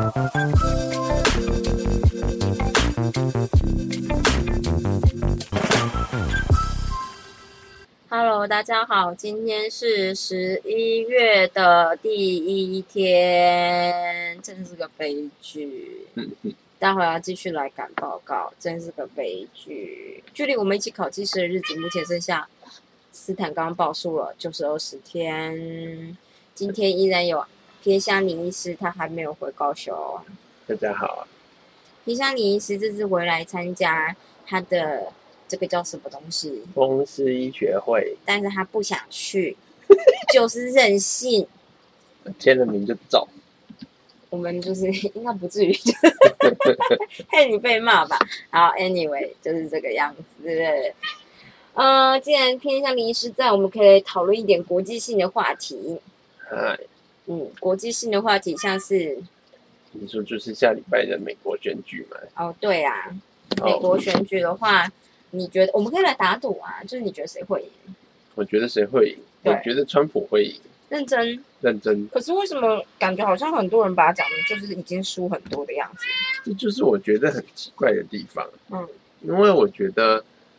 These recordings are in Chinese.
Hello， 大家好，今天是11月的第一天，真是个悲剧。待会要继续来赶报告，真是个悲剧。距离我们一起考技师的日子，目前剩下斯坦刚刚报数了，就是20天。今天依然有偏乡林医师，他还没有回高雄。 大家好， 偏乡林医师这次回来参加他的这个叫什么东西？ 风湿医学会， 但是他不想去，就是任性。 签了名就走。 我们就是应该不至于，害你被骂吧。好 ，anyway 就是这个样子，对不对？既然偏向林医师在，我们可以讨论一点国际性的话题。国际性的话题像是， 你说就是下礼拜的美国选举嘛？ 哦，对啊，美国选举的话，你觉得我们可以来打赌啊？就是你觉得谁会赢？ 我觉得谁会赢？我觉得川普会赢。认真。 可是为什么感觉好像很多人把他讲的就是已经输很多的样子？ 这就是我觉得很奇怪的地方。因为我觉得，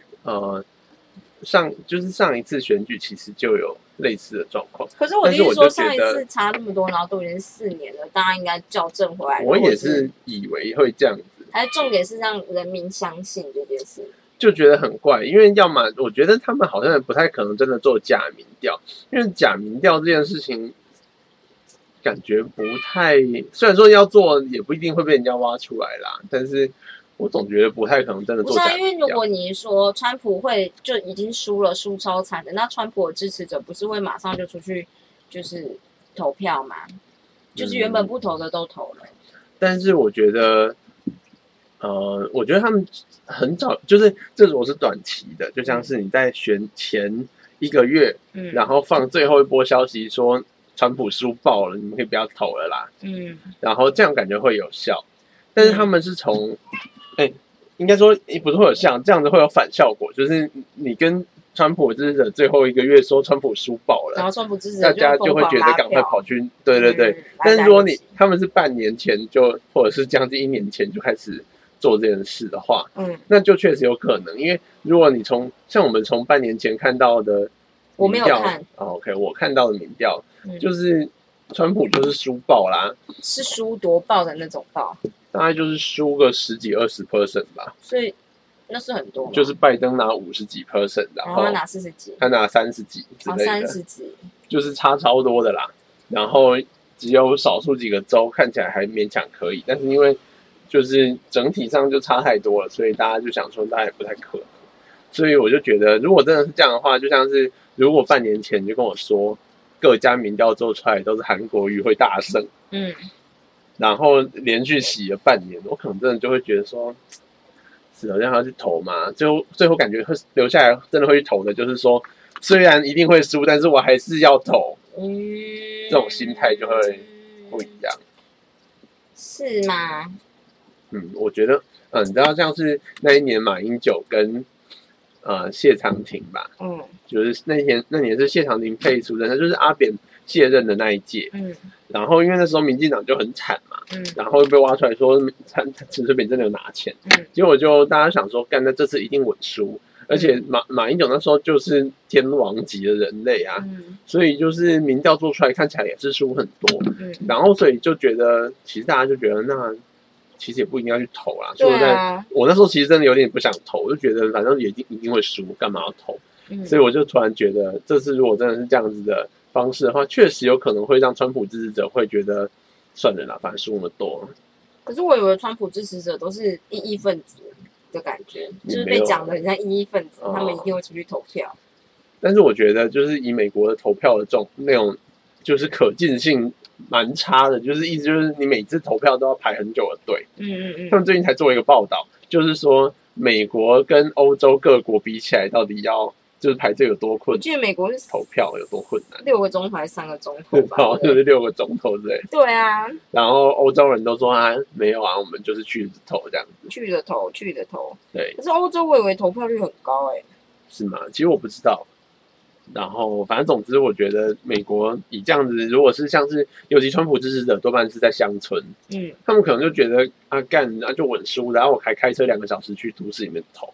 上一次选举其实就有类似的状况。 可是我的意思说，上一次差那么多，然后都已经4年了，大家应该校正回来。 我也是以为会这样子。 还重点是让人民相信这件事。 就觉得很怪，因为要么我觉得他们好像不太可能真的做假民调，因为假民调这件事情感觉不太，虽然说要做也不一定会被人家挖出来啦，但是我总觉得不太可能真的做假民调。 不是，因为如果你说川普会就已经输了，输超惨的，那川普的支持者不是会马上就出去就是投票嘛？就是原本不投的都投了。 但是我觉得他们很早，就是这种是短期的，就像是你在选前1个月，然后放最后一波消息说川普输爆了，你们可以不要投了啦，然后这样感觉会有效。但是他们是从，应该说不是会有效，这样子会有反效果，就是你跟川普支持者最后1个月说川普输爆了， 然后川普支持者大家就会觉得赶快跑去，对。但是如果他们是半年前就，或者是将近1年前就开始做这件事的话，那就确实有可能。因为如果你像我们从半年前看到的民调， 我没有看 ，OK， 我看到的民调，就是川普就是输爆啦， 是输多爆的那种爆， 大概就是输个10几20% 吧， 所以那是很多， 就是拜登拿50几%，然后他拿40几， 他拿30几之类的 ，30几， 就是差超多的啦。然后只有少数几个州看起来还勉强可以，但是因为就是整体上就差太多了，所以大家就想说大家也不太可能。所以我就觉得，如果真的是这样的话，就像是如果半年前就跟我说各家民调做出来都是韩国瑜会大胜，然后连续洗了半年，我可能真的就会觉得说，是好像要去投嘛。最后感觉会留下来真的会去投的，就是说虽然一定会输，但是我还是要投。这种心态就会不一样， 是吗？ 我觉得，你知道像是那一年马英九跟谢长廷吧，就是那年是谢长廷配出的，他就是阿扁卸任的那一届，然后因为那时候民进党就很惨嘛，然后被挖出来说陈水扁真的有拿钱，结果就大家想说，那这次一定稳输。而且马英九那时候就是天王级的人类啊，所以就是民调做出来看起来也是输很多，然后所以就觉得，其实大家就觉得那其实也不一定要去投啦。所以我那时候其实真的有点不想投，我就觉得反正也一定会输，干嘛要投？所以我就突然觉得，这次如果真的是这样子的方式的话，确实有可能会让川普支持者会觉得算了啦，反正输那么多。 可是我以为川普支持者都是异议分子的感觉，就是被讲的很像异议分子，他们一定会出去投票。 但是我觉得，就是以美国的投票的那种，就是可进性蛮差的，就是意思就是你每次投票都要排很久的队。他们最近才做一个报道，就是说美国跟欧洲各国比起来，到底要就是排队有多困难？我记得美国是投票有多困难 ，6个钟头还是3个钟头吧？ 就是6个钟头之类。 对啊。 然后欧洲人都说没有啊，我们就是去投这样子。 去的投。对。 可是欧洲我以为投票率很高是吗？其实我不知道。 然后反正总之，我觉得美国以这样子，如果是像是尤其川普支持者，多半是在乡村，他们可能就觉得啊干啊就稳输，然后我还开车2个小时去都市里面投。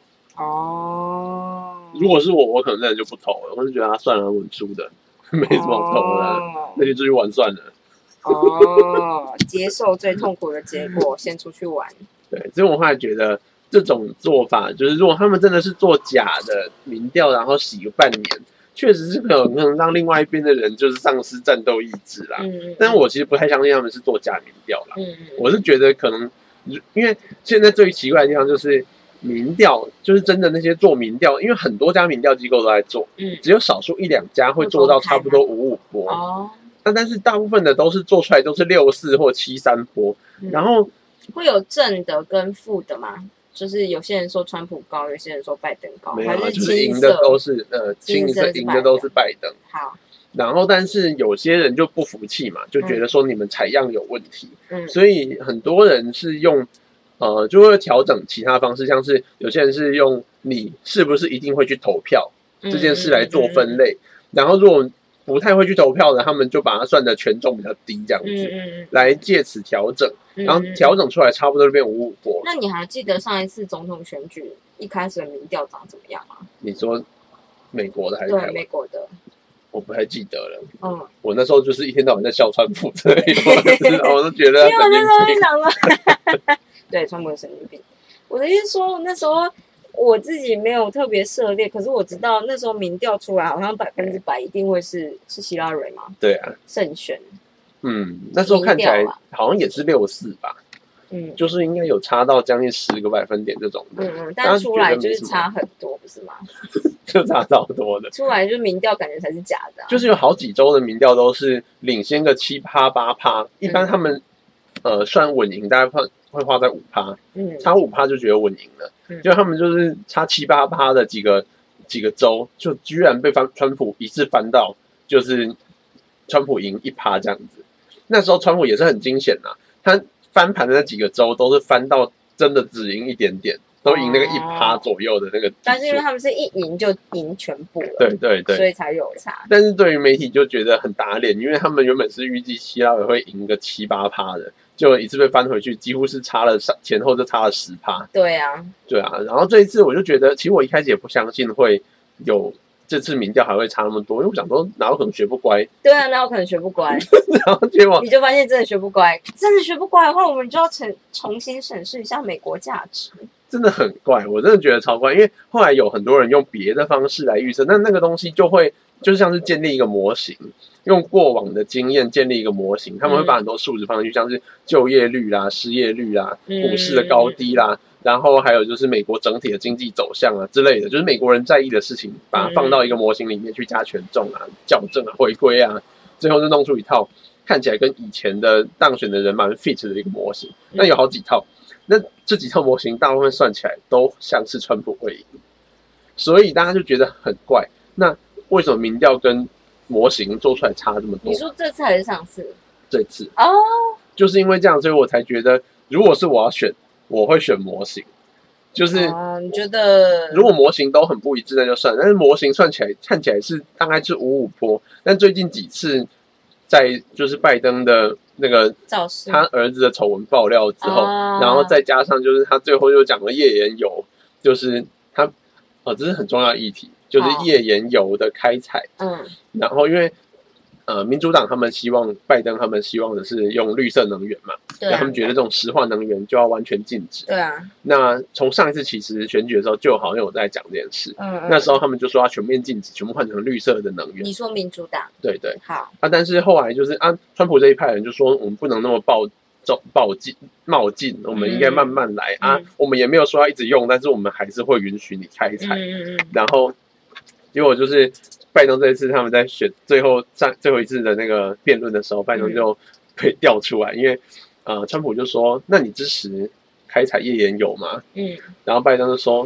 如果是我可能真的就不投了，我就觉得他算了稳输的，没什么好投的，那就出去玩算了。 接受最痛苦的结果，先出去玩。 对，所以我后来觉得这种做法，就是如果他们真的是做假的民调，然后洗个半年。确实是可能让另外一边的人就是丧失战斗意志啦，但我其实不太相信他们是做假民调啦。我是觉得可能，因为现在最奇怪的地方就是民调，就是真的那些做民调，因为很多家民调机构都在做，只有少数1-2家会做到差不多5-5波，但是大部分的都是做出来都是6-4或7-3波，然后会有正的跟负的吗？就是有些人说川普高，有些人说拜登高， 没有，就是赢的都是清一色赢的都是拜登。 好， 然后但是有些人就不服气嘛，就觉得说你们采样有问题，所以很多人是用就会调整其他方式，像是有些人是用你是不是一定会去投票这件事来做分类，然后如果不太会去投票的，他们就把它算的权重比较低，这样子，来借此调整，然后调整出来差不多就变5-5波。 那你还记得上一次总统选举一开始的民调长怎么样吗？ 你说美国的还是台湾？ 对，美国的。 我不太记得了。我那时候就是一天到晚在笑川普之类的，我都觉得他神经病。 对，川普神经病。我的意思说，那时候我自己没有特别涉猎，可是我知道那时候民调出来，好像100%一定会是希拉蕊嘛？ 对啊， 胜选。 那时候看起来好像也是6-4吧。就是应该有差到将近10个百分点这种的。 但出来就是差很多，不是吗？ 就差超多的。 出来就是民调感觉才是假的。 就是有好几周的民调都是领先个7%-8%，一般他们算稳赢大概会画在5%，差5%就觉得稳赢了。就他们就是差7-8%的几个州，就居然被川普一次翻到，就是川普赢1%这样子。那时候川普也是很惊险呐，他翻盘的那几个州都是翻到真的只赢一点点，都赢那个1%左右的那个。 但是因为他们是一赢就赢全部了， 对， 所以才有差。 但是对于媒体就觉得很打脸，因为他们原本是预计希拉蕊会赢个7-8%的，就一次被翻回去，几乎是差了前后就差了10%。 对啊， 然后这一次我就觉得，其实我一开始也不相信会有。这次民调还会差那么多，因为我想说哪有可能学不乖？ 对啊，哪有可能学不乖？ 然后结果你就发现真的学不乖，真的学不乖的话，我们就要重新审视一下美国价值。 真的很怪，我真的觉得超怪，因为后来有很多人用别的方式来预测，那个东西就像是建立一个模型，用过往的经验建立一个模型，他们会把很多数值放进去，像是就业率啦、失业率啦、股市的高低啦。然后还有就是美国整体的经济走向啊之类的，就是美国人在意的事情，把它放到一个模型里面去加权重啊、校正啊、回归啊，最后就弄出一套看起来跟以前的当选的人蛮 fit 的一个模型。那有好几套，那这几套模型大部分算起来都像是川普会赢，所以大家就觉得很怪。那为什么民调跟模型做出来差这么多？ 你说这次还是上次？ 这次就是因为这样，所以我才觉得，如果是我要选。我会选模型，就是你觉得如果模型都很不一致那就算，但是模型算起来看起来是大概是5-5波，但最近几次在就是拜登的那个他儿子的丑闻爆料之后，然后再加上就是他最后又讲了页岩油，就是他这是很重要的议题，就是页岩油的开采，然后因为民主党拜登他们希望的是用绿色能源嘛，对，他们觉得这种石化能源就要完全禁止。 对啊。 那从上一次其实选举的时候就好像有在讲这件事，那时候他们就说要全面禁止，全部换成绿色的能源。 你说民主党？ 对。 好。 但是后来就是川普这一派人就说我们不能那么冒进，我们应该慢慢来我们也没有说要一直用，但是我们还是会允许你开采。然后结果就是拜登这一次他们在选最后一次的那个辩论的时候，拜登就被调出来，因为川普就说：“那你支持开采页岩油吗？”然后拜登就说：“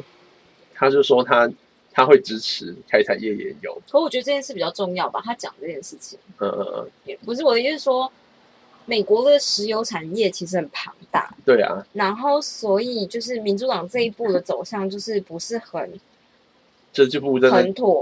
他会支持开采页岩油。” 可我觉得这件事比较重要吧，他讲这件事情。不是我的意思是说，美国的石油产业其实很庞大。 对啊。 然后所以就是民主党这一步的走向就是不是很。 这步真的很妥，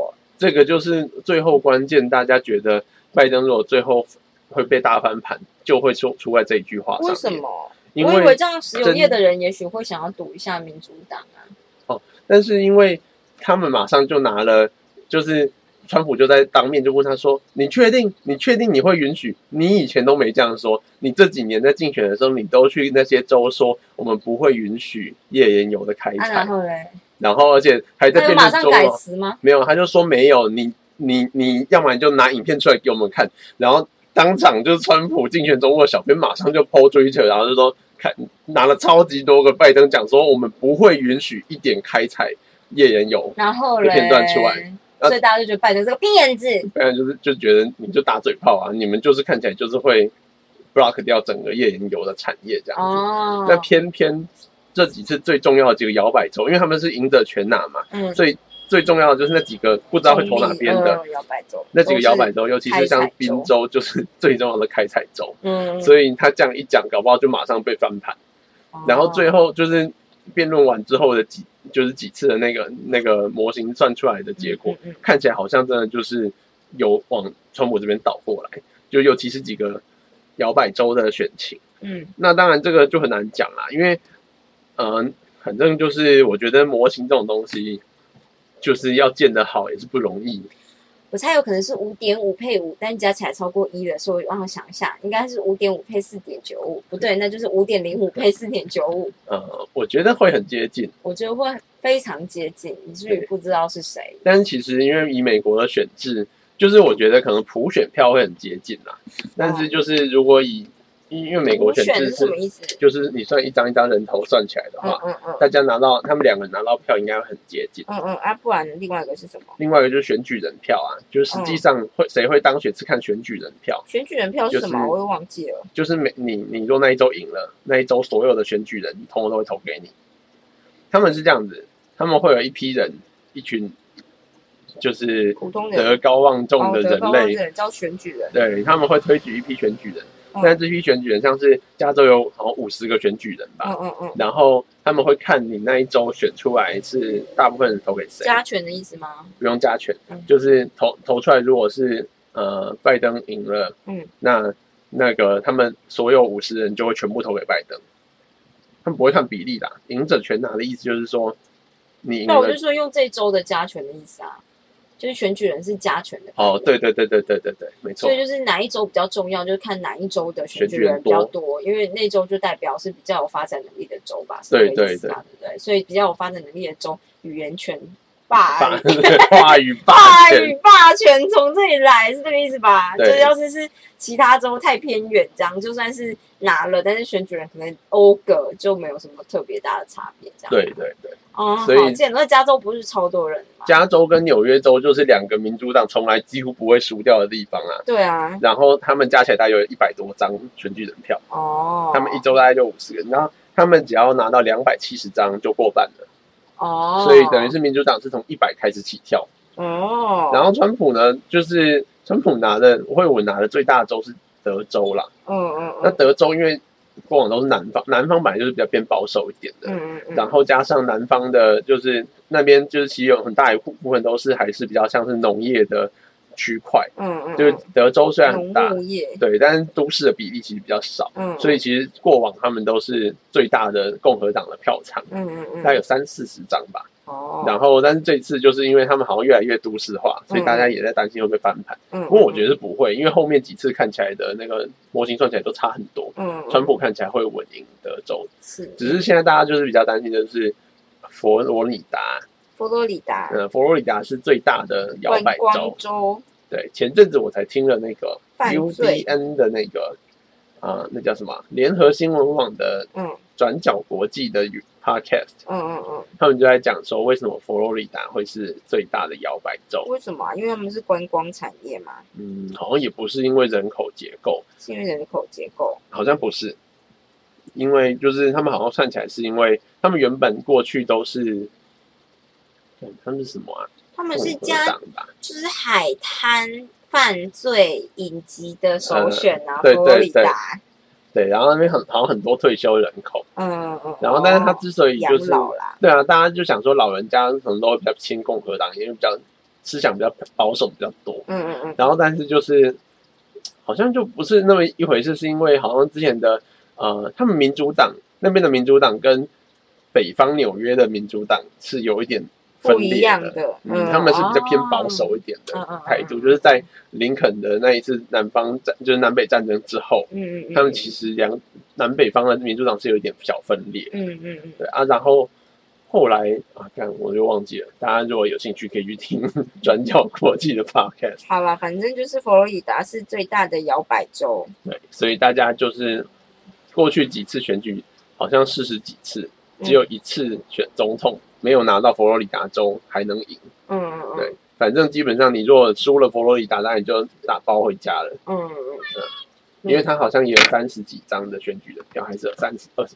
这个就是最后关键，大家觉得拜登如果最后会被大翻盘，就会出在这一句话上面。 为什么？我以为这样石油业的人也许会想要赌一下民主党啊。 哦，但是因为他们马上就拿了，就是川普就在当面就问他说：“你确定你会允许？你以前都没这样说，你这几年在竞选的时候，你都去那些州说我们不会允许页岩油的开采。”然后而且还在辩论中， 马上改词吗？ 没有，他就说没有，你要么你就拿影片出来给我们看，然后当场就是川普竞选中的小编马上就 po Twitter， 然后就说拿了超级多个拜登讲说我们不会允许一点开采页岩油， 然后的片段出来， 所以大家就觉得拜登是个骗子， 不然就觉得你就打嘴炮啊，你们就是看起来就是会 block 掉整个页岩油的产业这样子。哦，那偏偏这几次最重要的几个摇摆州，因为他们是赢得全拿嘛，所以最重要的就是那几个不知道会投哪边的那几个摇摆州，尤其是像宾州，就是最重要的开采州。所以他这样一讲，搞不好就马上被翻盘。然后最后就是辩论完之后的几次的那个模型算出来的结果，看起来好像真的就是有往川普这边倒过来，就尤其是几个摇摆州的选情。那当然这个就很难讲啦，因为反正就是我觉得模型这种东西，就是要建得好也是不容易。 我猜有可能是5.5配5，但加起来超过1的时候，让我想一下，应该是5.5配4.95，不对，那就是5.05配4.95。 我觉得会很接近， 我觉得会非常接近，以至于不知道是谁。 但是其实因为以美国的选制，就是我觉得可能普选票会很接近啦。但是就是如果因为美国选制是什么意思？ 就是你算一张一张人头算起来的话，大家他们两个人拿到票应该会很接近。 不然另外一个是什么？ 另外一个就是选举人票啊，就是实际上谁会当选是看选举人票。 选举人票是什么？我又忘记了。 就是你若那一周赢了，那一周所有的选举人通通都会投给你。他们是这样子，他们会有一批人，一群就是德高望重的人类， 叫选举人。 对，他们会推举一批选举人。但这批选举人像是加州有好像50个选举人吧，然后他们会看你那一周选出来是大部分人投给谁。 加权的意思吗？ 不用加权，就是投出来，如果是拜登赢了，那个他们所有50人就会全部投给拜登，他们不会看比例啦。赢者全拿的意思就是说，你赢了， 那我就说用这周的加权的意思啊。就是选举人是加权的对，没错。 所以就是哪一州比较重要，就是看哪一州的选举人比较多，因为那州就代表是比较有发展能力的州吧， 对， 所以比较有发展能力的州，语言权话语霸权从这里来，是这个意思吧？就是要是其他州太偏远，这样就算是拿了，但是选举人可能欧个就没有什么特别大的差别，这样。对。所以之前在加州不是超多人吗？ 加州跟纽约州就是2个民主党从来几乎不会输掉的地方啊。 对啊。 然后他们加起来大概有100多张选举人票。他们一周大概就50个，然后他们只要拿到270张就过半了。所以等于是民主党是从100开始起跳。然后川普呢，就是川普拿的最大的州是德州啦。那德州因为过往都是南方本来就是比较偏保守一点的，然后加上南方的，就是那边就是其实有很大一部分都是还是比较像是农业的区块，就是德州虽然很大，对，但是都市的比例其实比较少，所以其实过往他们都是最大的共和党的票仓，大概有30-40张吧。然后但是这次就是因为他们好像越来越都市化，所以大家也在担心会不会翻盘。不过我觉得是不会，因为后面几次看起来的那个模型算起来都差很多。川普看起来会稳赢德州，只是现在大家就是比较担心的是佛罗里达。佛罗里达是最大的摇摆州。对，前阵子我才听了那个 UDN 的那个那叫什么联合新闻网的转角国际的podcast，他们就在讲说为什么佛罗里达会是最大的摇摆州？ 为什么？因为他们是观光产业嘛。 好像也不是因为人口结构， 是因为人口结构， 好像不是，因为就是他们好像算起来是因为他们原本过去都是，他们是什么啊？ 他们是就是海滩犯罪影集的首选啊，佛罗里达。 对，然后那边好像很多退休人口，然后但是他之所以就是对啊，大家就想说老人家可能都会比较亲共和党，因为比较思想比较保守比较多，然后但是就是好像就不是那么一回事，是因为好像之前的他们民主党那边的民主党跟北方纽约的民主党是有一点分裂的，他们是比较偏保守一点的态度，就是在林肯的那一次就是南北战争之后，他们其实南北方的民主党是有一点小分裂，对啊，然后后来看我就忘记了，大家如果有兴趣可以去听转角国际的 podcast。 好啦，反正就是佛罗里达是最大的摇摆州， 对，所以大家就是过去几次选举好像40几次，只有一次选总统没有拿到佛罗里达州还能赢，对，反正基本上你如果输了佛罗里达，那你就打包回家了，因为他好像也有30几张的选举的票，还是有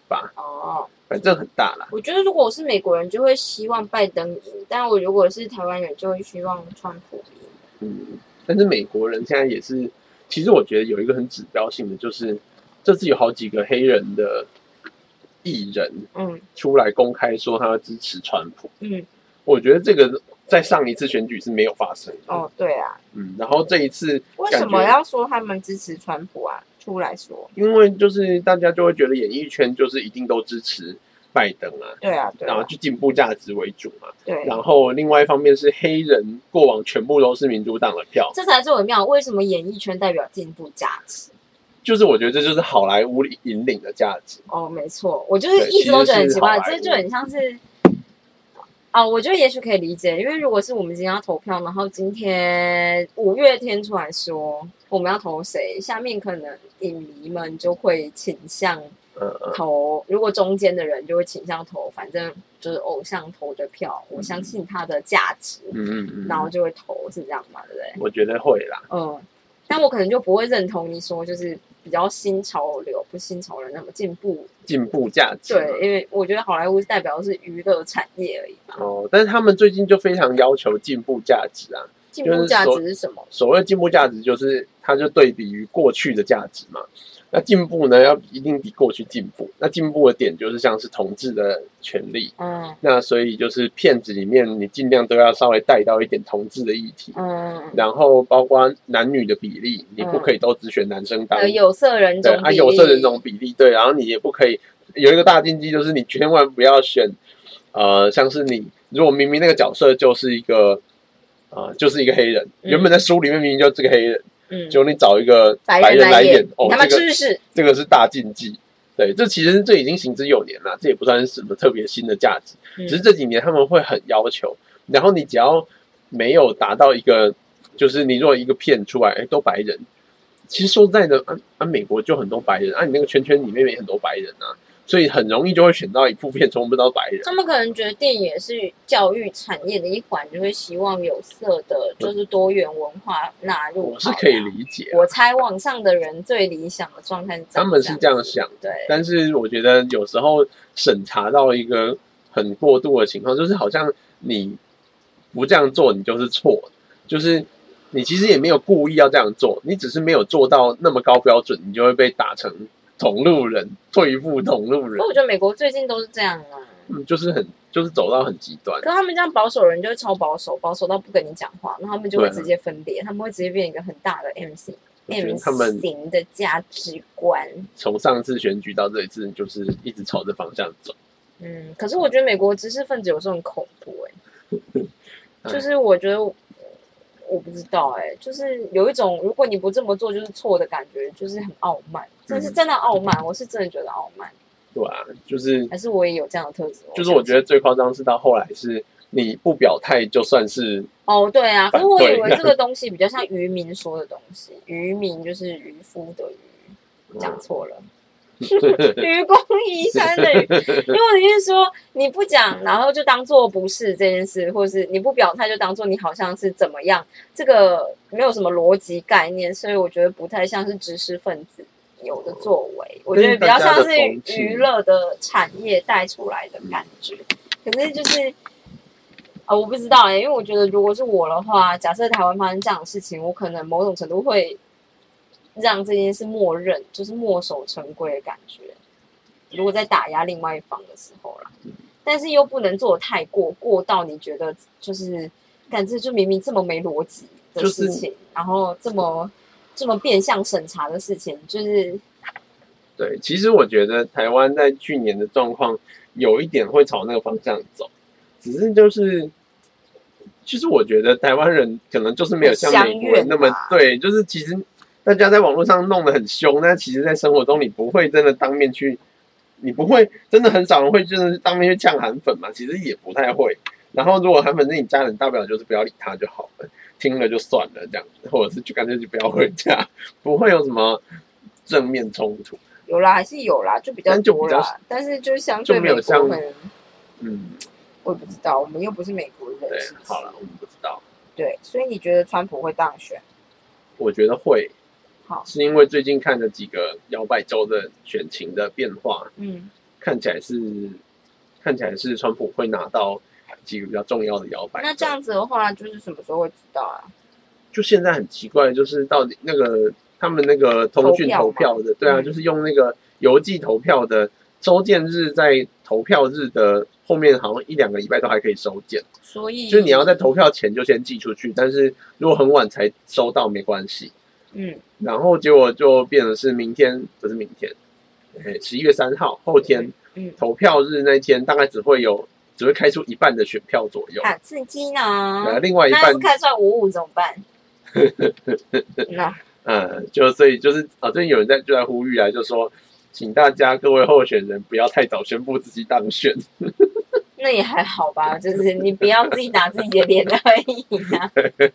28，反正很大啦。 我觉得如果我是美国人，就会希望拜登赢，但我如果是台湾人，就会希望川普赢。 但是美国人现在也是，其实我觉得有一个很指标性的，就是这次有好几个黑人的艺人，出来公开说他要支持川普，我觉得这个在上一次选举是没有发生的。 对啊， 然后这一次为什么要说他们支持川普啊？出来说， 因为就是大家就会觉得演艺圈就是一定都支持拜登啊， 对啊， 然后就进步价值为主嘛， 对。 然后另外一方面是黑人过往全部都是民主党的票， 这才是微妙。为什么演艺圈代表进步价值？ 就是我觉得这就是好莱坞引领的价值。 没错，我就是一直都觉得很奇怪，这就很像是。我觉得也许可以理解，因为如果是我们今天要投票，然后今天5月天出来说我们要投谁，下面可能影迷们就会倾向投，如果中间的人就会倾向投，反正就是偶像投的票，我相信他的价值，然后就会投，是这样嘛，对不对？ 我觉得会啦， 但我可能就不会认同你说就是比较新潮流，不新潮流那么进步价值。对，因为我觉得好莱坞代表的是娱乐产业而已嘛。 但是他们最近就非常要求进步价值啊。 进步价值是什么？ 所谓进步价值就是它就对比于过去的价值嘛。那进步呢，要一定比过去进步。那进步的点就是像是同志的权利，那所以就是片子里面你尽量都要稍微带到一点同志的议题，然后包括男女的比例，你不可以都只选男生当有色人种比例， 有色人种比例，对，然后你也不可以有一个大禁忌，就是你千万不要选，像是你如果明明那个角色就是一个就是一个黑人，原本在书里面明明就是个黑人。就你找一个白人来演， 他妈知识， 这个是大禁忌。对，这其实这已经行之有年了，这也不算是什么特别新的价值，只是这几年他们会很要求。然后你只要没有达到一个，就是你如果一个片出来，都白人，其实说实在的，美国就很多白人，你那个圈圈里面也很多白人啊。所以很容易就会选到一部片冲不到白人。 他们可能觉得电影也是教育产业的一环，就会希望有色的，就是多元文化纳入。 我是可以理解。 我猜网上的人最理想的状态是这样， 他们是这样想， 对。 但是我觉得有时候审查到一个很过度的情况，就是好像你不这样做，你就是错，就是你其实也没有故意要这样做，你只是没有做到那么高标准，你就会被打成同路人，退步同路人。 我觉得美国最近都是这样啊， 就是走到很极端。 可他们这样保守人就会超保守，保守到不跟你讲话，然后他们就会直接分裂，他们会直接变一个很大的 M 型的价值观。 从上次选举到这一次，就是一直朝着方向走。 可是我觉得美国知识分子有时候很恐怖就是我觉得我不知道就是有一种如果你不这么做就是错的感觉，就是很傲慢，真的傲慢，我是真的觉得傲慢。 对啊，就是还是我也有这样的特质。 就是我觉得最夸张是到后来是你不表态就算是对啊，可是我以为这个东西比较像渔民说的东西，渔民就是渔夫的渔，讲错了。愚公移山的愚，因为我的意思是说，你不讲，然后就当做不是这件事，或是你不表态，就当做你好像是怎么样，这个没有什么逻辑概念，所以我觉得不太像是知识分子有的作为，我觉得比较像是娱乐的产业带出来的感觉。可是就是我不知道因为我觉得如果是我的话，假设台湾发生这样的事情，我可能某种程度会让这件事默认，就是墨守成规的感觉。如果在打压另外一方的时候啦，但是又不能做得太过到你觉得就是感觉就明明这么没逻辑的事情，然后这么变相审查的事情，就是对。其实我觉得台湾在去年的状况有一点会朝那个方向走，只是其实我觉得台湾人可能就是没有像美国人那么对，就是其实大家在网络上弄得很凶，但其实在生活中你不会真的当面去，你不会真的很少人会真的当面去呛韩粉嘛，其实也不太会。然后如果韩粉是你家人，大不了就是不要理他就好了，听了就算了这样子，或者是就干脆就不要回家，不会有什么正面冲突。 有啦，还是有啦，就比较多啦，但是就相对美国可能，我也不知道，我们又不是美国人。 对，好了，我们不知道。 对，所以你觉得川普会当选？ 我觉得会。 好， 是因为最近看了几个摇摆州的选情的变化，看起来是川普会拿到几个比较重要的摇摆。 那这样子的话，就是什么时候会知道啊？ 就现在很奇怪，就是到底他们那个通讯投票的，对啊，就是用那个邮寄投票的收件日，在投票日的后面好像1-2个礼拜都还可以收件， 所以就是你要在投票前就先寄出去，但是如果很晚才收到没关系。然后结果就变成是明天，不是明天，11月3号后天，投票日那天大概只会开出一半的选票左右， 好刺激呢。 另外一半那要是开出来55怎么办？ 所以就是最近有人就在呼吁啊，就说请大家各位候选人不要太早宣布自己当选。 那也还好吧，就是你不要自己打自己的脸而已啊。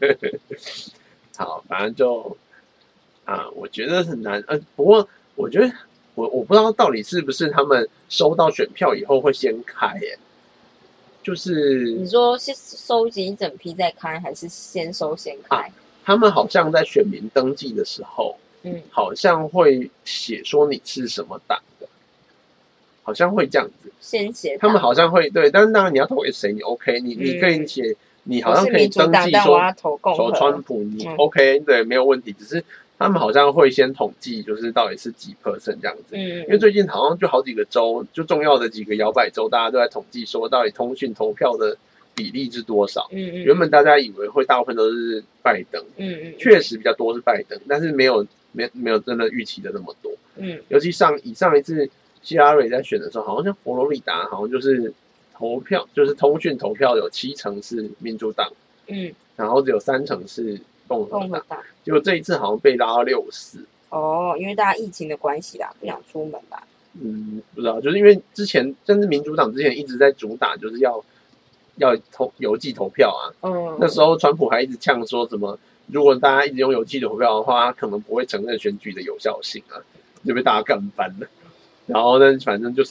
好，反正就我觉得很难。不过我觉得我不知道到底是不是他们收到选票以后会先开耶。就是你说是收集一整批再开，还是先收先开？ 他们好像在选民登记的时候，好像会写说你是什么党的，好像会这样子。 先写， 他们好像会对，但是当然你要投给谁，你 OK，你可以写，你好像可以登记说投川普，你 OK，对，没有问题。只是他们好像会先统计，就是到底是几%这样子。因为最近好像就好几个州，就重要的几个摇摆州，大家都在统计说到底通讯投票的比例是多少。原本大家以为会大部分都是拜登，确实比较多是拜登，但是没有真的预期的那么多。尤其上一次希拉蕊在选的时候，好像佛罗里达好像就是投票，就是通讯投票有70%是民主党，然后只有30%是共和党。结果这一次好像被拉到64%。 哦，因为大家疫情的关系啦，不想出门吧？ 不知道，就是因为之前甚至民主党之前一直在主打就是要邮寄投票啊。那时候川普还一直呛说什么，如果大家一直用邮寄投票的话，他可能不会承认选举的有效性啊，就被大家干翻了。然后呢，反正就是，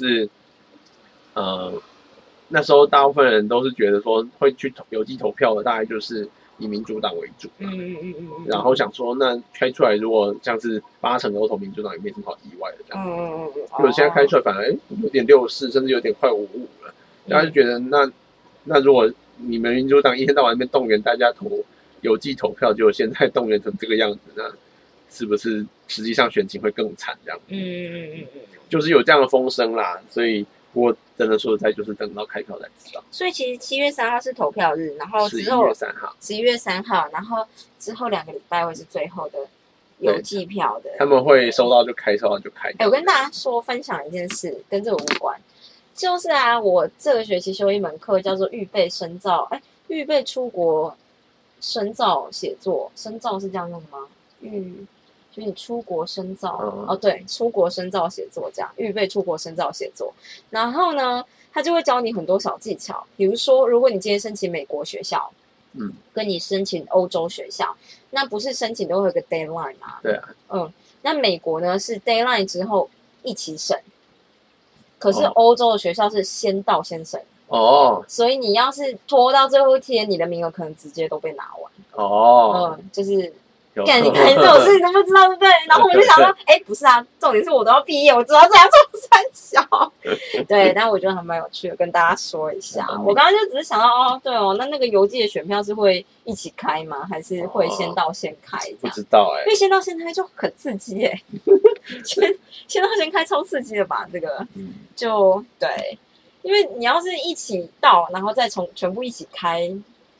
那时候大部分人都是觉得说会去邮寄投票的，大概就是以民主党为主。然后想说，那开出来如果像是80%都投民主党，也没什么好意外的这样。结果现在开出来反而有点64%，甚至有点快55%了。大家就觉得那如果你们民主党一天到晚那边动员大家投邮寄投票，结果现在动员成这个样子，那是不是实际上选情会更惨这样？就是有这样的风声啦，所以不过真的说实在，就是等到开票才知道。 所以其实7月3号是投票日，然后之后11月3号，然后之后2个礼拜会是最后的邮寄票的。 他们会收到就开，收到就开。 我跟大家分享一件事，跟这个无关，就是我这个学期修一门课叫做预备深造，预备出国深造写作，深造是这样用吗？就是你出国深造，对，出国深造写作这样，预备出国深造写作。然后呢，他就会教你很多小技巧，比如说，如果你今天申请美国学校，跟你申请欧洲学校，那不是申请都会有个 deadline 吗？ 对啊， 那美国呢是 deadline 之后一起审，可是欧洲的学校是先到先审。所以你要是拖到最后一天，你的名额可能直接都被拿完。就是干你看这种事情都不知道，对不对？然后我就想说，不是啊，重点是我都要毕业，我知道这样做三小。对，但我觉得还蛮有趣的，跟大家说一下。我刚刚就只是想到，对那个邮寄的选票是会一起开吗？还是会先到先开？ 不知道因为先到先开就很刺激先到先开超刺激的吧？这个就对，因为你要是一起到，然后再全部一起开。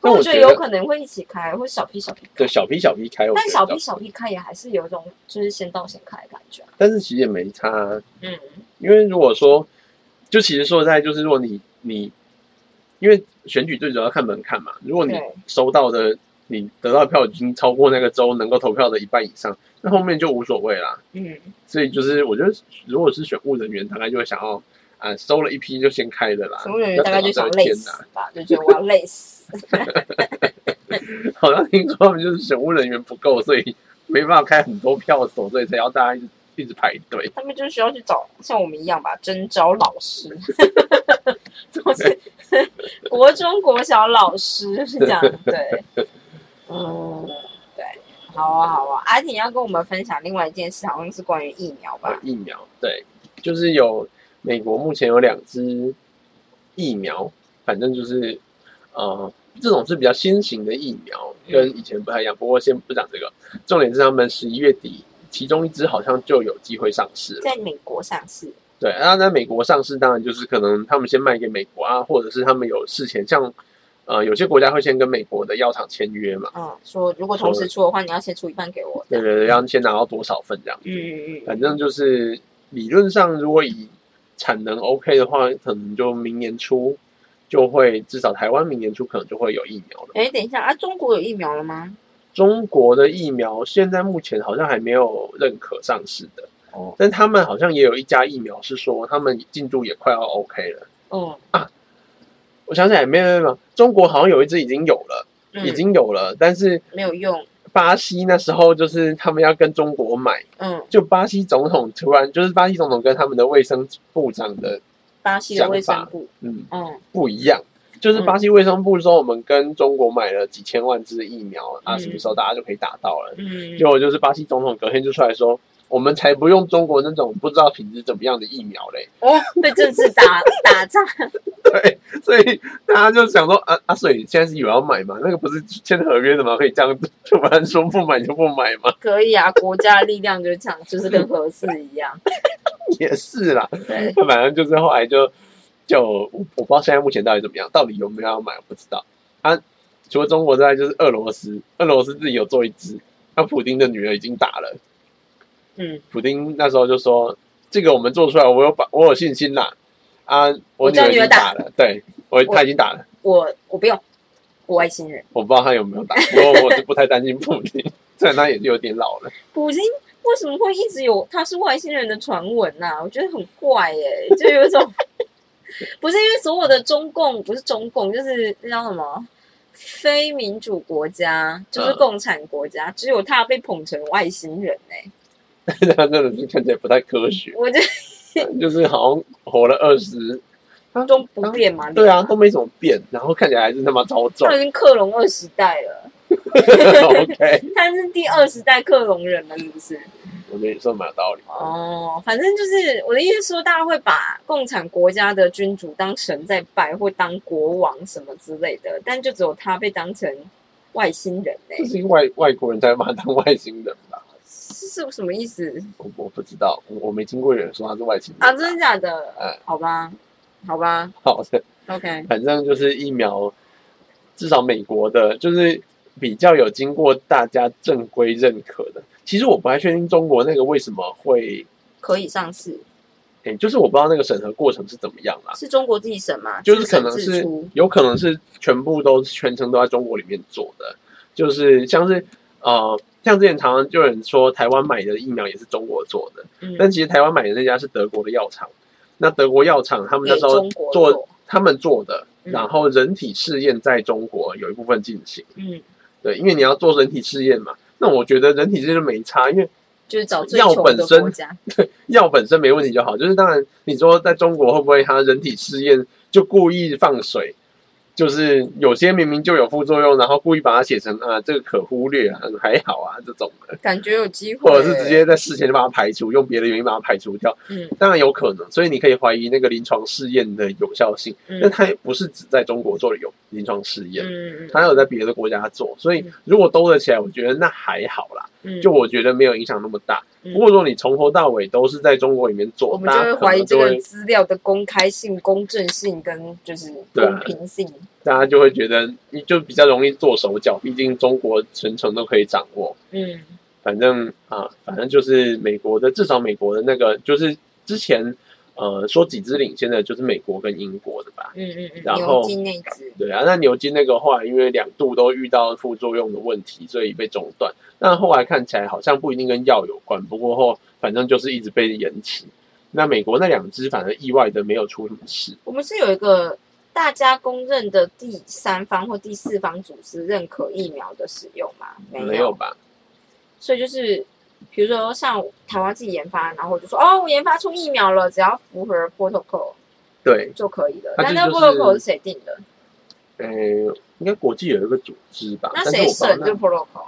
我觉得有可能会一起开，或小批小批开。 对，小批小批开。 但小批小批开也还是有一种就是先到先开的感觉。 但是其实也没差因为如果说，就其实说实在，就是如果你因为选举最主要看门槛嘛，如果你收到的你得到的票已经超过那个州能够投票的一半以上，那后面就无所谓啦。所以就是我觉得，如果是选务人员，大概就会想要收了一批就先开的啦。 选务人员大概就想累死吧，就觉得我要累死。 好像听说他们就是选务人员不够，所以没办法开很多票所，所以才要大家一直排队。 他们就是需要去找像我们一样吧，征招老师，都是国中国小老师是这样，对，对，好啊，阿婷要跟我们分享另外一件事，好像是关于疫苗吧？ 疫苗，对，就是美国目前有2支疫苗，反正就是这种是比较新型的疫苗，跟以前不太一样。不过先不讲这个，重点是他们11月底，其中1支好像就有机会上市了， 在美国上市。 对，在美国上市，当然就是可能他们先卖给美国或者是他们有事前，像有些国家会先跟美国的药厂签约嘛， 说如果同时出的话，你要先出一半给我。 对，要先拿到多少份这样。反正就是理论上，如果以产能 OK 的话，可能就明年初就会，至少台湾明年初可能就会有疫苗了。 等一下中国有疫苗了吗？ 中国的疫苗现在目前好像还没有认可上市的，但他们好像也有一家疫苗是说他们进度也快要 OK 了。我想起来，没有，中国好像有一支已经有了，但是没有用。 巴西那时候就是他们要跟中国买，就巴西总统突然就是巴西总统跟他们的卫生部长的巴西的卫生部， 不一样。就是巴西卫生部说我们跟中国买了几千万支疫苗什么时候大家就可以打到了。结果就是巴西总统隔天就出来说，我们才不用中国那种不知道品质怎么样的疫苗嘞。 被政治打仗。 对，所以大家就想说所以现在是有要买吗？那个不是签合约的吗？可以这样突然说不买就不买吗？ 可以啊，国家的力量就是这样，就是跟核四一样。 也是啦， 对， 反正就是后来就我不知道现在目前到底怎么样，到底有没有要买我不知道。除了中国之外，就是俄罗斯自己有做一支，普丁的女儿已经打了。普丁那时候就说这个我们做出来，我有信心啦。我女儿已经打了，对，他已经打了。 我不用，我外星人。 我不知道他有没有打，不过我是不太担心普丁，虽然他也是有点老了。 普丁为什么会一直有他是外星人的传闻啊？我觉得很怪就有一种不是因为所有的中共不是中共，就是那叫什么非民主国家，就是共产国家，只有他被捧成外星人他真的是看起来不太科学。 我觉得。 就是好像活了20， 都不变嘛。 对啊，都没怎么变，然后看起来还是他妈超重。 他已经克隆20代了。 OK， 他是第20代克隆人了，是不是？ 我觉得你说蛮有道理。 反正就是我的意思是说，大家会把共产国家的君主当神在拜，或当国王什么之类的，但就只有他被当成外星人这是外国人才把他当外星人吧？ 是什么意思？ 我不知道，我没听过有人说他是外星人真的假的？好吧，好的 ，OK。 反正就是疫苗，至少美国的，就是比较有经过大家正规认可的。其实我不太确定中国那个为什么会可以上市。 就是我不知道那个审核过程是怎么样啦。 是中国自己审吗？ 就是可能是有可能是全程都在中国里面做的，就是像是像之前常常就有人说台湾买的疫苗也是中国做的，但其实台湾买的那家是德国的药厂。那德国药厂他们那时候他们做的，然后人体试验在中国有一部分进行。对，因为你要做人体试验嘛。那我觉得人体试验没差，因为就是找最穷的国家。 对，药本身没问题就好。就是当然你说在中国会不会他人体试验就故意放水？就是有些明明就有副作用，然后故意把它写成这个可忽略还好这种的， 感觉有机会， 或者是直接在事前就把它排除，用别的原因把它排除掉。当然有可能，所以你可以怀疑那个临床试验的有效性，但它不是只在中国做的有临床试验，它有在别的国家做，所以如果兜得起来，我觉得那还好啦。就我觉得没有影响那么大。不过说你从头到尾都是在中国里面做， 我们就会怀疑这个资料的公开性、公正性跟就是公平性。 大家就会觉得你就比较容易做手脚，毕竟中国全程都可以掌握。反正就是美国的，至少美国的那个就是之前说几支领先的，就是美国跟英国的吧。然后牛津那支。 对啊，那牛津那个后来因为2度都遇到副作用的问题，所以被中断。但后来看起来好像不一定跟药有关，不过反正就是一直被延期。那美国那2支反而意外的没有出什么事。 我们是有一个大家公认的第3方或第4方组织认可疫苗的使用吗？ 没有吧？ 所以就是比如说像台湾自己研发，然后就说我研发出疫苗了，只要符合 protocol 对就可以了。但那个 protocol 是谁定的？ 应该国际有一个组织吧？ 那谁审这个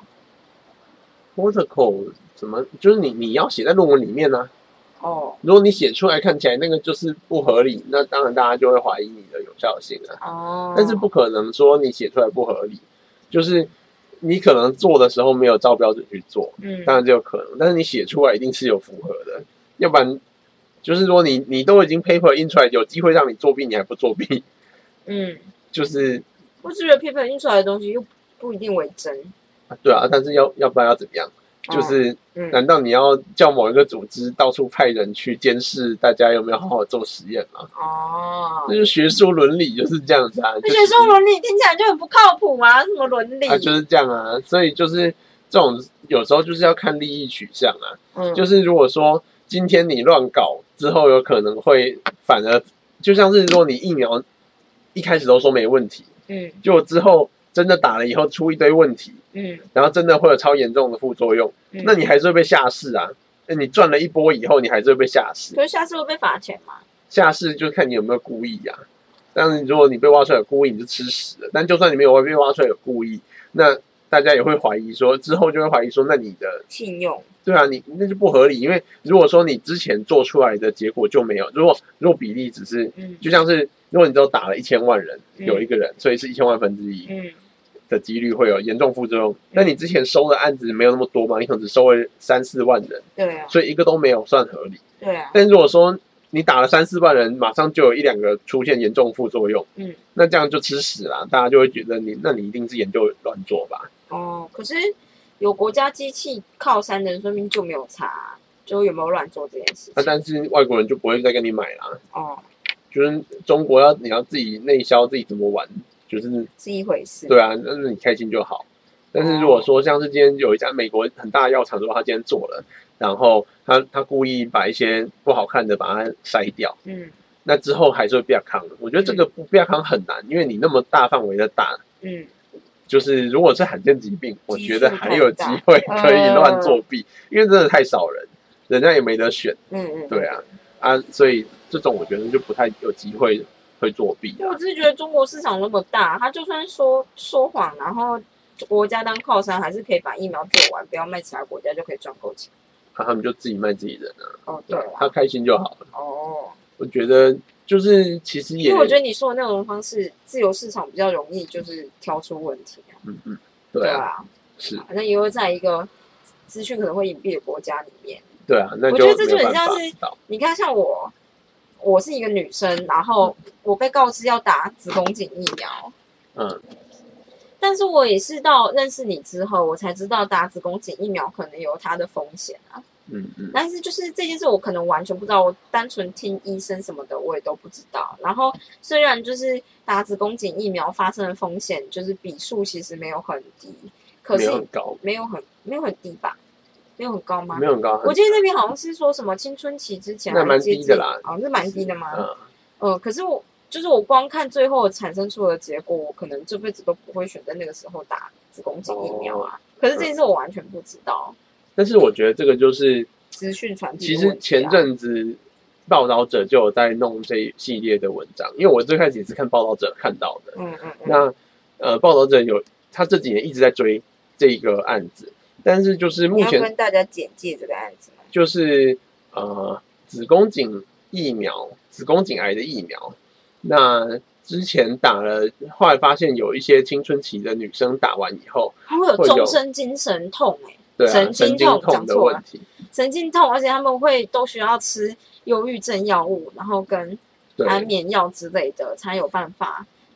protocol 怎么就是你要写在论文里面呢？如果你写出来看起来那个就是不合理，那当然大家就会怀疑你的有效性啊。但是不可能说你写出来不合理，就是你可能做的时候没有照标准去做，当然就有可能。但是你写出来一定是有符合的，要不然就是说你都已经 paper 印出来，有机会让你作弊，你还不作弊，就是我觉得 paper 印出来的东西又不一定为真。 对啊，但是要不然要怎么样？就是难道你要叫某一个组织到处派人去监视大家有没有好好做实验吗？这就是学术伦理就是这样子啊。 学术伦理听起来就很不靠谱啊，什么伦理？ 就是这样啊，所以就是这种有时候就是要看利益取向啊。就是如果说今天你乱搞之后，有可能会反而就像是说你疫苗一开始都说没问题，结果之后真的打了以后出一堆问题，然后真的会有超严重的副作用，那你还是会被下市啊。你赚了一波以后，你还是会被下市。 可是下市会被罚钱吗？ 下市就看你有没有故意啊。但是如果你被挖出来有故意，你就吃屎了。但就算你没有被挖出来有故意，那大家也会怀疑说，之后就会怀疑说，那你的信用， 对啊，你那就不合理。因为如果说你之前做出来的结果就没有，如果比例只是，就像是如果你只有打了1000万人，有一个人，所以是1000万分之一。的几率会有严重副作用，那你之前收的案子没有那么多嘛？你可能只收了3-4万人， 对啊， 所以一个都没有算合理， 对啊。 但如果说你打了3-4万人，马上就有1-2个出现严重副作用，那这样就吃屎啦，大家就会觉得那你一定是研究乱做吧？ 可是有国家机器靠山的人，说明就没有差，就有没有乱做这件事情。 但是外国人就不会再跟你买啦。就是中国你要自己内销，自己怎么玩？就是一回事， 对啊，那你开心就好。但是如果说像是今天有一家美国很大的药厂，如果他今天做了，然后他故意把一些不好看的把它筛掉，那之后还是会变康。我觉得这个不变康很难，因为你那么大范围的打，就是如果是罕见疾病，我觉得还有机会可以乱作弊，因为真的太少人，人家也没得选，对啊，所以这种我觉得就不太有机会会作弊。 我只是觉得中国市场那么大，他就算说谎，然后国家当靠山，还是可以把疫苗做完，不要卖其他国家就可以赚够钱。 他们就自己卖自己人啊。 对啊， 他开心就好了。我觉得就是其实也， 因为我觉得你说的那种方式，自由市场比较容易就是挑出问题啊。对啊， 是， 反正也会在一个资讯可能会隐蔽的国家里面。 对啊，那我觉得这就很像是，你看像我是一个女生，然后我被告知要打子宫颈疫苗，但是我也是到认识你之后，我才知道打子宫颈疫苗可能有它的风险啊。但是就是这件事我可能完全不知道，我单纯听医生什么的我也都不知道。然后虽然就是打子宫颈疫苗发生的风险就是比数其实没有很低，可是没有很高， 没有很低吧？没有很高吗？ 没有很高。 我记得那边好像是说什么青春期之前那蛮低的啦， 是蛮低的吗？可是我光看最后产生出的结果，我可能这辈子都不会选在那个时候打子宫颈疫苗啊。可是这件事我完全不知道。 但是我觉得这个就是资讯传递。 其实前阵子报道者就有在弄这一系列的文章，因为我最开始也是看报道者看到的。那报道者他这几年一直在追这一个案子，但是就是目前你要跟大家简介这个案子吗？ 就是子宫颈疫苗，子宫颈癌的疫苗。那之前打了，后来发现有一些青春期的女生打完以后， 她会有终身精神痛神经痛的问题， 神经痛，而且他们都需要吃忧郁症药物，然后跟安眠药之类的才有办法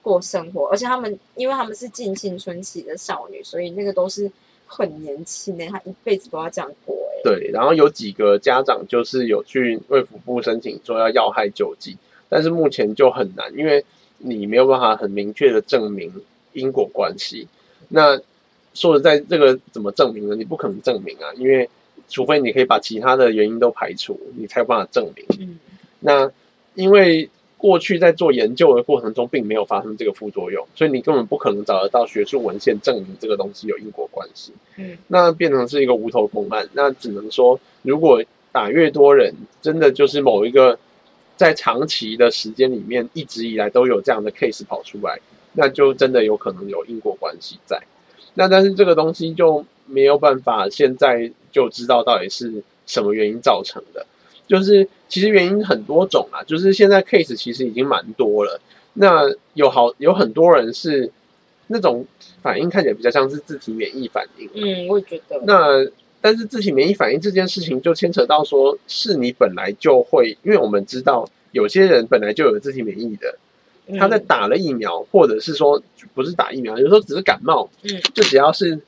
过生活，而且因为他们是近青春期的少女，所以那个都是很年轻她一辈子都要这样过对，然后有几个家长就是有去卫福部申请说要害救济，但是目前就很难，因为你没有办法很明确的证明因果关系。那说实在，这个怎么证明呢？你不可能证明啊，因为除非你可以把其他的原因都排除，你才有办法证明。那因为过去在做研究的过程中，并没有发生这个副作用，所以你根本不可能找得到学术文献证明这个东西有因果关系。那变成是一个无头公案。那只能说，如果打越多人，真的就是某一个在长期的时间里面，一直以来都有这样的 case 跑出来，那就真的有可能有因果关系在。那但是这个东西就没有办法现在就知道到底是什么原因造成的。就是其实原因很多种啊，就是现在 case 其实已经蛮多了。那有很多人是那种反应看起来比较像是自体免疫反应。 我也觉得。 那但是自体免疫反应这件事情就牵扯到说，是你本来就会，因为我们知道有些人本来就有自体免疫的，他在打了疫苗，或者是说不是打疫苗，有时候只是感冒，就只要是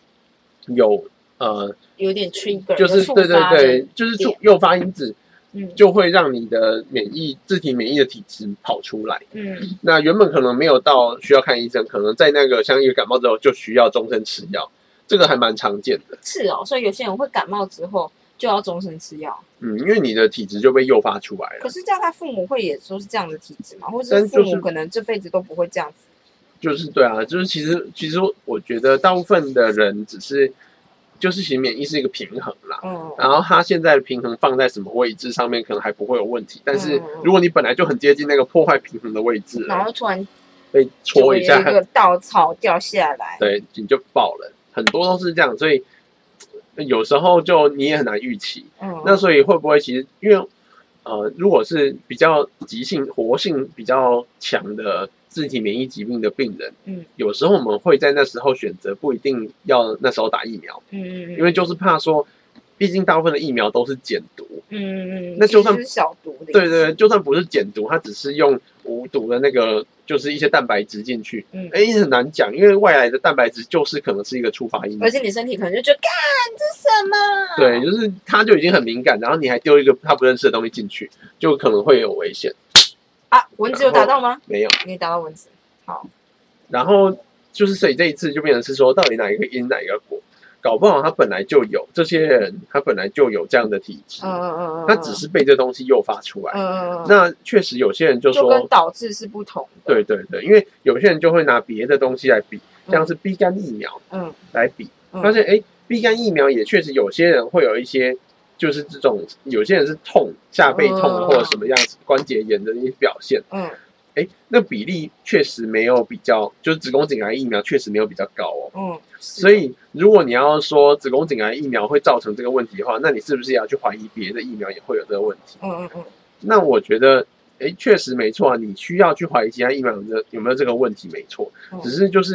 有点 trigger， 就是对，就是诱发因子。就会让你的自体免疫的体质跑出来。那原本可能没有到需要看医生，可能在那个像一个感冒之后就需要终身吃药，这个还蛮常见的。 是哦，所以有些人会感冒之后就要终身吃药。 因为你的体质就被诱发出来了。 可是叫他父母会也说是这样的体质吗？或者是父母可能这辈子都不会这样子？ 就是对啊，就是其实我觉得大部分的人只是。就是其实免疫是一个平衡啦，然后它现在的平衡放在什么位置上面可能还不会有问题，但是如果你本来就很接近那个破坏平衡的位置， 然后突然被戳一下， 一个稻草掉下来， 对，你就爆了，很多都是这样，所以有时候就你也很难预期。那所以会不会其实因为如果是比较急性活性比较强的自体免疫疾病的病人，有时候我们会在那时候选择不一定要那时候打疫苗，因为就是怕说，毕竟大部分的疫苗都是减毒，那就算是小毒的， 对，就算不是减毒，它只是用无毒的那个，就是一些蛋白质进去，很难讲，因为外来的蛋白质就是可能是一个触发因子， 而且你身体可能就觉得，干这是什么？ 对，就是它就已经很敏感，然后你还丢一个它不认识的东西进去，就可能会有危险。 蚊子有打到吗？ 没有， 你打到蚊子。好， 然后就是所以这一次就变成是说，到底哪一个因哪一个果？搞不好他本来就有这些人，他本来就有这样的体质，他只是被这东西诱发出来。那确实有些人就说， 就跟导致是不同的。 对，因为有些人就会拿别的东西来比，像是 B 肝疫苗，来比，发现B 肝疫苗也确实有些人会有一些。就是这种，有些人是痛，下背痛或者什么样子关节炎的一些表现，那比例确实没有比较，就是子宫颈癌疫苗确实没有比较高哦。所以如果你要说子宫颈癌疫苗会造成这个问题的话，那你是不是也要去怀疑别的疫苗也会有这个问题？那我觉得，确实没错啊，你需要去怀疑其他疫苗有没有这个问题，没错，只是就是，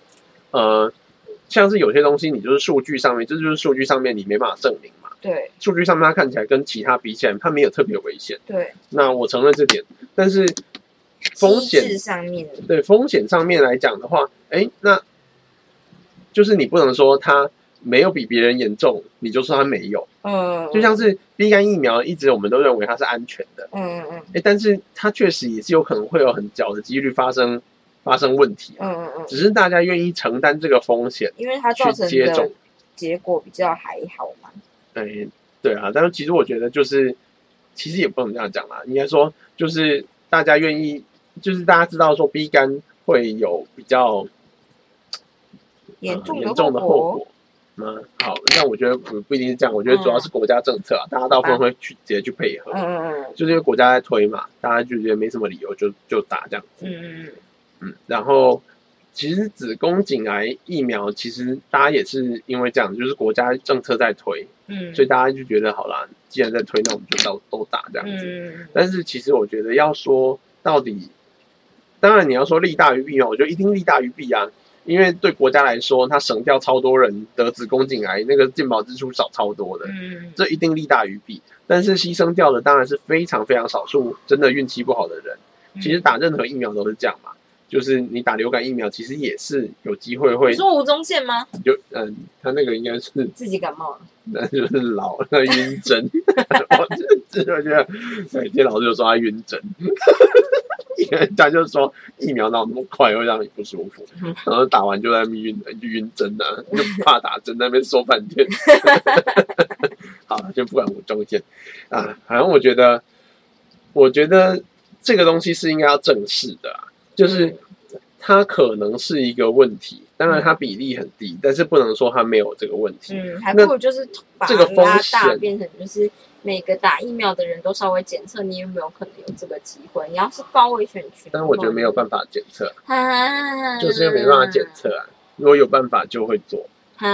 像是有些东西你就是数据上面，这就是数据上面你没办法证明。 对， 数据上面它看起来跟其他比起来，它没有特别危险。 对， 那我承认这点，但是风险上面， 对风险上面来讲的话，那就是你不能说它没有比别人严重，你就说它没有。就像是 B 肝疫苗，一直我们都认为它是安全的。但是它确实也是有可能会有很小的几率发生问题。只是大家愿意承担这个风险， 因为它造成的结果比较还好嘛。 对啊，但是其实我觉得其实也不能这样讲啦，应该说就是大家愿意，就是大家知道说 B 肝会有比较严重的后果。好，那我觉得不一定是这样，我觉得主要是国家政策啊，大家大部分会直接去配合，就是因为国家在推嘛，大家就觉得没什么理由就打这样子。然后。其实子宫颈癌疫苗，其实大家也是因为这样，就是国家政策在推，所以大家就觉得好啦，既然在推，那我们就都打这样子。但是其实我觉得要说到底，当然你要说利大于弊嘛，我觉得一定利大于弊啊，因为对国家来说，它省掉超多人得子宫颈癌，那个健保支出少超多的，这一定利大于弊。但是牺牲掉的当然是非常非常少数真的运气不好的人。其实打任何疫苗都是这样嘛。 就是你打流感疫苗，其实也是有机会会。 你说吴宗宪吗？ 就他那个应该是自己感冒了， 那就是老了晕针。我觉得，对，今天老师就说他晕针，因为他就说疫苗哪有那么快会让你不舒服，然后打完就在那边晕针啊，就怕打针那边说半天。好了，就不管吴宗宪啊，反正我觉得这个东西是应该要正视的啊，就是它可能是一个问题，当然它比例很低，但是不能说它没有这个问题。 还不如就是把这个风险变成就是每个打疫苗的人都稍微检测，你有没有可能有这个机会？你要是高危选群， 但我觉得没有办法检测，就是因为没办法检测啊。如果有办法就会做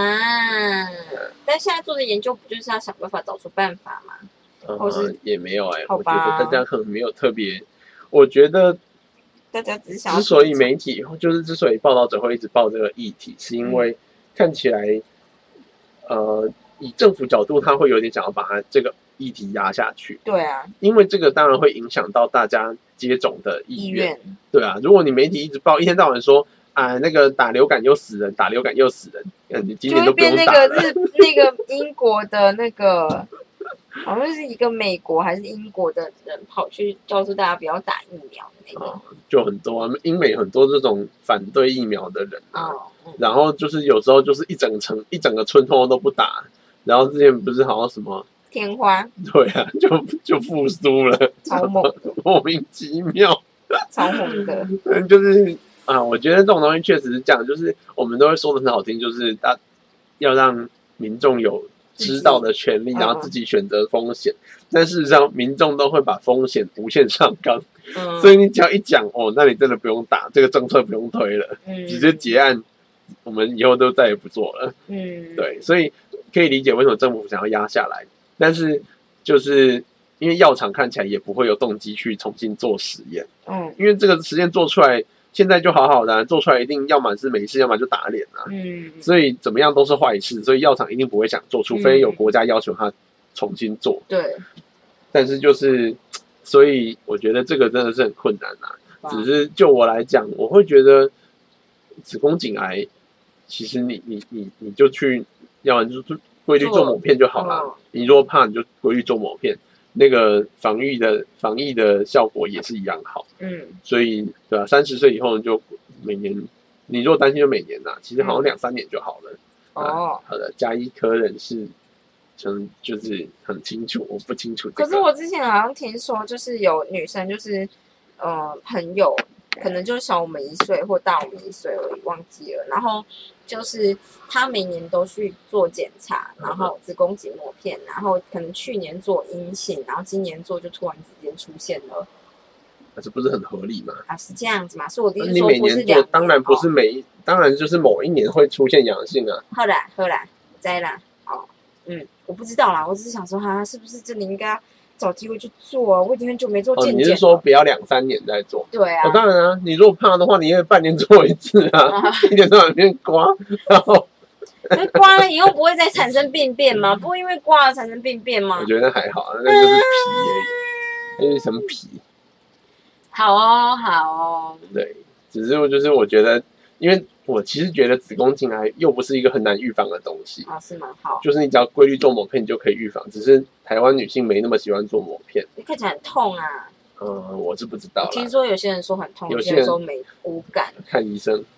但现在做的研究不就是要想办法找出办法吗？ 也没有我觉得大家可能没有特别，我觉得大家只想之所以媒体就是之所以报道者会一直报这个议题，是因为看起来以政府角度，他会有点想要把它这个议题压下去。 对啊， 因为这个当然会影响到大家接种的意愿。对啊，如果你媒体一直报，一天到晚说那个打流感又死人，打流感又死人，你今年都不用打了。 就会变那个英国的那个。好像是一个美国还是英国的人跑去告诉大家不要打疫苗的那个， 就很多啊，英美很多这种反对疫苗的人然后就是有时候就是一整个村通都不打，然后之前不是好像什么天花， 对啊，就复苏了， 超猛的， 莫名其妙， 超猛的， 就是我觉得这种东西确实是这样，就是我们都会说的很好听，就是要让民众有知道的权利，然后自己选择风险，但事实上民众都会把风险无限上纲，所以你只要一讲那你真的不用打，这个政策不用推了，直接结案，我们以后都再也不做了。对，所以可以理解为什么政府想要压下来，但是就是因为药厂看起来也不会有动机去重新做实验，因为这个实验做出来。现在就好好的做出来，一定要么是没事，要么就打脸啊。所以怎么样都是坏事，所以药厂一定不会想做，除非有国家要求他重新做。 对。 但是就是，所以我觉得这个真的是很困难啊。只是就我来讲，我会觉得子宫颈癌，其实你就去，要不然就规律做抹片就好了。你如果怕，你就规律做抹片。那个防疫的效果也是一样好，所以对吧？30岁以后就每年，你如果担心就每年其实好像2-3年就好了。好的，加医科人士就是很清楚，我不清楚。 可是我之前好像听说，就是有女生就是朋友，可能就是小我们1岁或大我们1岁而已，忘记了。然后就是她每年都去做检查，然后子宫颈抹片，然后可能去年做阴性，然后今年做就突然之间出现了。 这不是很合理吗？ 是这样子嘛？是我的意思说不是2年，当然不是当然就是某一年会出现阳性啊。 好啦，再啦，我不知道啦，我只是想说是不是真的应该找机会去做啊？我已经很久没做健检了。 你是说不要2-3年再做？ 对啊。 当然啊，你如果怕的话，你也半年做一次啊，一天到晚边刮，然后。 刮了以后不会再产生病变吗？不会因为刮了产生病变吗？ 我觉得还好，那就是皮而已，那是什么皮？ 好哦。 对，只是我觉得，因为我其实觉得子宫颈癌又不是一个很难预防的东西是吗？好， 就是你只要规律做抹片，你就可以预防。只是台湾女性没那么喜欢做抹片， 看起来很痛啊。 我是不知道啦。 听说有些人说很痛，有些人说无感。 看医生。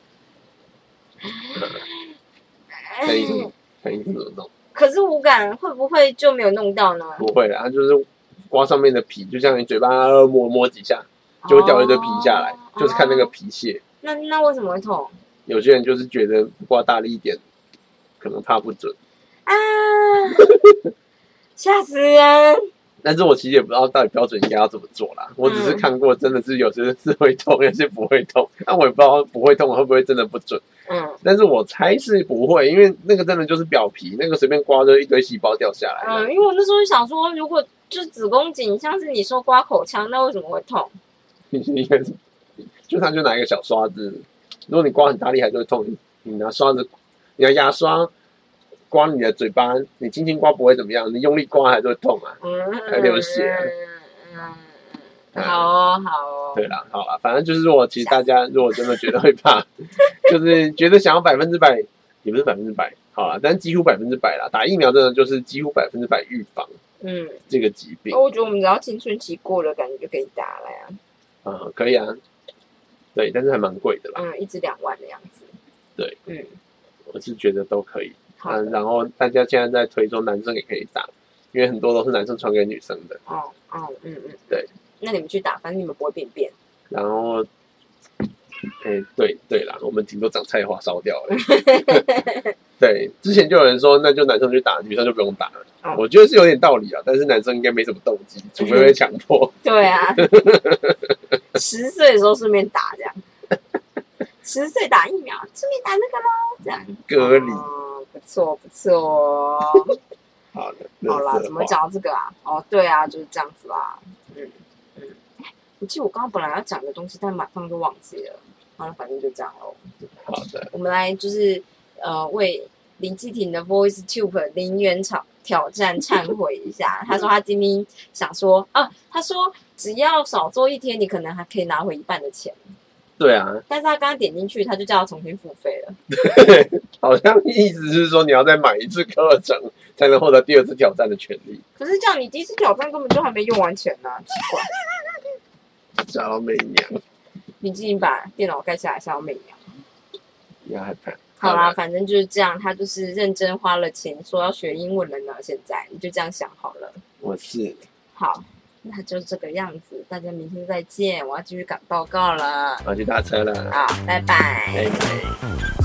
看医生怎么弄？ 可是无感会不会就没有弄到呢？ 不会啦，它就是刮上面的皮，就像你嘴巴摸几下，就会掉一堆皮下来，就是看那个皮屑。 那为什么会痛？ 有些人就是觉得刮大力一点，可能怕不准吓死人！ 但是我其实也不知道到底标准应该要怎么做啦。我只是看过，真的是有些是会痛，有些不会痛。那我也不知道不会痛会不会真的不准。但是我猜是不会，因为那个真的就是表皮，那个随便刮就一堆细胞掉下来。 因为我那时候想说，如果就是子宫颈，像是你说刮口腔，那为什么会痛？ 应该是，就拿一个小刷子，如果你刮很大力还就会痛。你拿刷子，你拿牙刷刮你的嘴巴，你轻轻刮不会怎么样，你用力刮还是会痛啊，还流血。 好哦，好哦。 对啦，好啦，反正就是其实大家如果真的觉得会怕，就是觉得想要100%，也不是100%，好啦，但几乎100%啦。打疫苗真的就是几乎100%预防，这个疾病。 我觉得我们只要青春期过了，感觉就可以打了呀。 可以啊，对，但是还蛮贵的啦。 1支2万的样子。对， 我是觉得都可以。然后大家现在在推说男生也可以打，因为很多都是男生传给女生的。对。 那你们去打，反正你们不会变。 然后，对啦，我们顶多长菜花烧掉了。对，之前就有人说，那就男生去打，女生就不用打了。我觉得是有点道理啊，但是男生应该没什么动机，除非会强迫。 对啊，10岁的时候顺便打这样，10岁打疫苗，顺便打那个咯，这样隔离。 不错。 好的， 好啦，怎么讲到这个啊？对啊，就是这样子啦。其实我刚刚本来要讲的东西，但马上就忘记了。好了，反正就这样咯。 好的， 我们来就是为林继廷的 VoiceTube 0元挑战忏悔一下。他说他今天想说他说只要少做1天，你可能还可以拿回1半的钱。 对啊， 但是他刚刚点进去，他就叫他重新付费了。 对，好像意思是说你要再买1次课程，才能获得第2次挑战的权利。 可是这样，你第1次挑战根本就还没用完钱呢，奇怪。 小美娘， 你自己把电脑盖下来，小美娘。 你要害怕。 好啦，反正就是这样。他就是认真花了钱，说要学英文了呢。现在你就这样想好了。 我是。 好，那就这个样子。大家明天再见。我要继续赶报告了。 我要去搭车了。 好，拜拜。 拜拜。